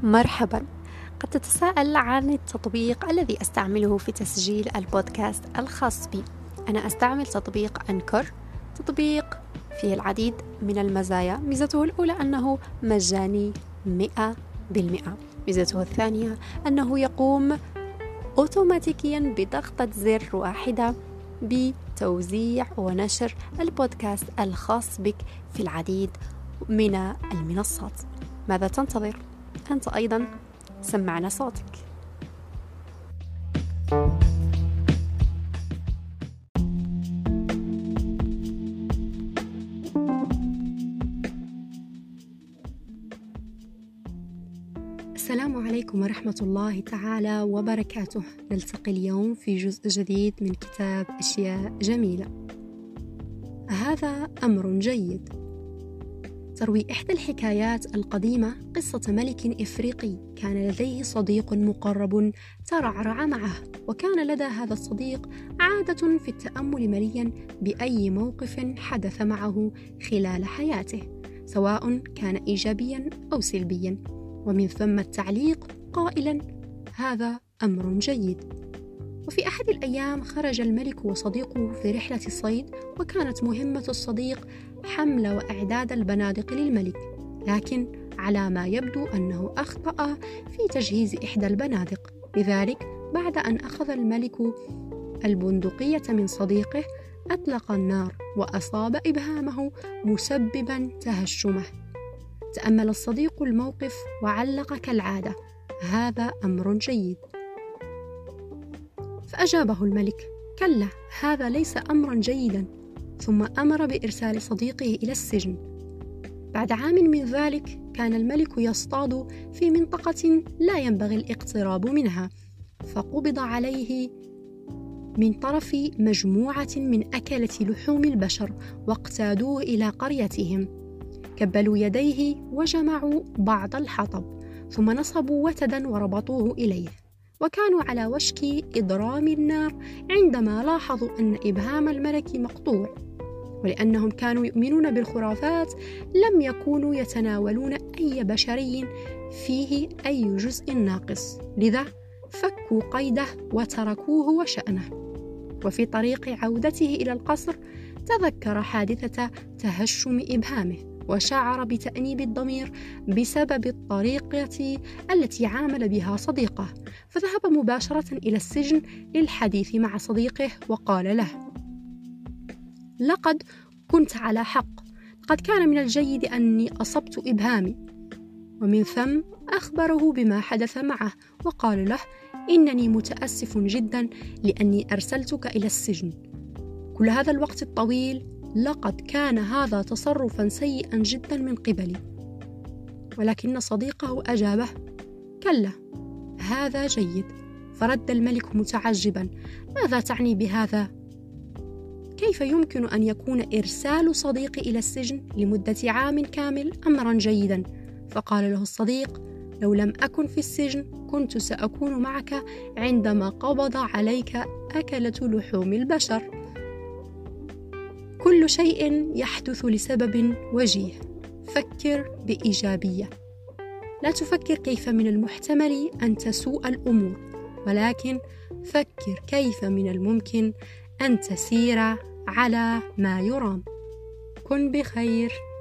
مرحبا. قد تتساءل عن التطبيق الذي أستعمله في تسجيل البودكاست الخاص بي. أنا أستعمل تطبيق أنكر، تطبيق فيه العديد من المزايا. ميزته الأولى أنه مجاني 100%. ميزته الثانية أنه يقوم أوتوماتيكيا بضغطة زر واحدة بتوزيع ونشر البودكاست الخاص بك في العديد من المنصات. ماذا تنتظر؟ أنت أيضا سمعنا صوتك. السلام عليكم ورحمة الله تعالى وبركاته. نلتقي اليوم في جزء جديد من كتاب أشياء جميلة. هذا أمر جيد. تروي إحدى الحكايات القديمة قصة ملك إفريقي كان لديه صديق مقرب ترعرع معه، وكان لدى هذا الصديق عادة في التأمل مليا بأي موقف حدث معه خلال حياته، سواء كان إيجابيا أو سلبيا، ومن ثم التعليق قائلا: هذا أمر جيد. وفي أحد الأيام خرج الملك وصديقه في رحلة صيد، وكانت مهمة الصديق حمل وإعداد البنادق للملك، لكن على ما يبدو أنه أخطأ في تجهيز إحدى البنادق. لذلك بعد أن أخذ الملك البندقية من صديقه أطلق النار وأصاب إبهامه مسببا تهشمه. تأمل الصديق الموقف وعلق كالعادة: هذا أمر جيد. فأجابه الملك: كلا، هذا ليس أمرا جيدا. ثم أمر بإرسال صديقه إلى السجن. بعد عام من ذلك كان الملك يصطاد في منطقة لا ينبغي الاقتراب منها، فقبض عليه من طرف مجموعة من أكلة لحوم البشر، واقتادوه إلى قريتهم. كبلوا يديه وجمعوا بعض الحطب، ثم نصبوا وتدا وربطوه إليه، وكانوا على وشك إضرام النار عندما لاحظوا أن إبهام الملك مقطوع. ولأنهم كانوا يؤمنون بالخرافات لم يكونوا يتناولون أي بشري فيه أي جزء ناقص، لذا فكوا قيده وتركوه وشأنه. وفي طريق عودته إلى القصر تذكر حادثة تهشم إبهامه، وشعر بتأنيب الضمير بسبب الطريقة التي عامل بها صديقه، فذهب مباشرة إلى السجن للحديث مع صديقه وقال له: لقد كنت على حق، قد كان من الجيد أني أصبت إبهامي. ومن ثم أخبره بما حدث معه وقال له: إنني متأسف جدا لأني أرسلتك إلى السجن. كل هذا الوقت الطويل لقد كان هذا تصرفا سيئا جدا من قبلي. ولكن صديقه أجابه: كلا، هذا جيد. فرد الملك متعجبا: ماذا تعني بهذا؟ كيف يمكن أن يكون إرسال صديقي إلى السجن لمدة عام كامل أمرا جيدا؟ فقال له الصديق: لو لم أكن في السجن كنت سأكون معك عندما قبض عليك أكلة لحوم البشر. كل شيء يحدث لسبب وجيه. فكر بإيجابية، لا تفكر كيف من المحتمل أن تسوء الأمور، ولكن فكر كيف من الممكن أن تسير على ما يرام. كن بخير.